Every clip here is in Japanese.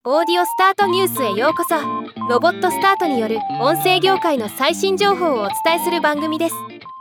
オーディオスタートニュースへようこそ。ロボットスタートによる音声業界の最新情報をお伝えする番組です。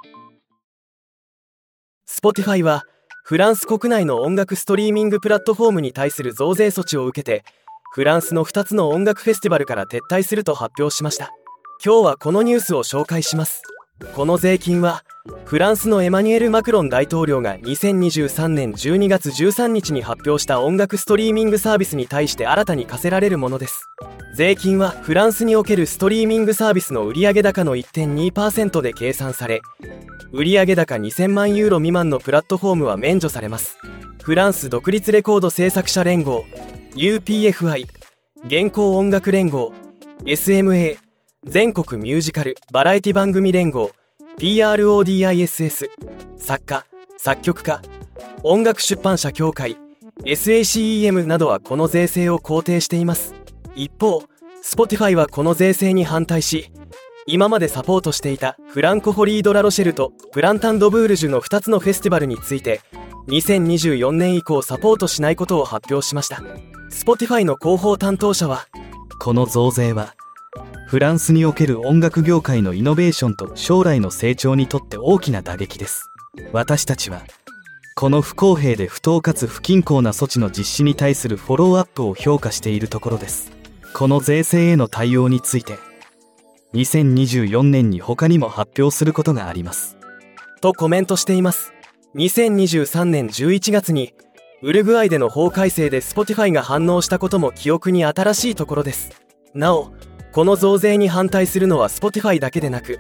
Spotify はフランス国内の音楽ストリーミングプラットフォームに対する増税措置を受けて、フランスの2つの音楽フェスティバルから撤退すると発表しました。今日はこのニュースを紹介します。この税金はフランスのエマニュエル・マクロン大統領が2023年12月13日に発表した音楽ストリーミングサービスに対して新たに課せられるものです。税金はフランスにおけるストリーミングサービスの売上高の 1.2% で計算され、売上高2000万ユーロ未満のプラットフォームは免除されます。フランス独立レコード制作者連合 UPFI、 現行音楽連合 SMA、 全国ミュージカル・バラエティ番組連合 PRODISS、 作家・作曲家、音楽出版社協会 SACEM などはこの税制を肯定しています。一方、Spotify はこの税制に反対し、今までサポートしていたフランコフォリード・ラロシェルとプランタンド・ブールジュの2つのフェスティバルについて2024年以降サポートしないことを発表しました。 Spotify の広報担当者は、 この増税はフランスにおける音楽業界のイノベーションと将来の成長にとって大きな打撃です。私たちはこの不公平で不当かつ不均衡な措置の実施に対するフォローアップを評価しているところです。この税制への対応について2024年に他にも発表することがありますとコメントしています。2023年11月にウルグアイでの法改正で Spotify が反応したことも記憶に新しいところです。なお、この増税に反対するのは Spotify だけでなく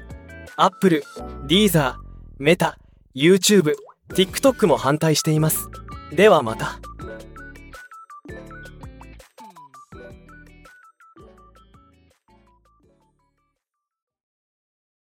Apple、Deezer、Meta、YouTube、TikTok も反対しています。ではまた。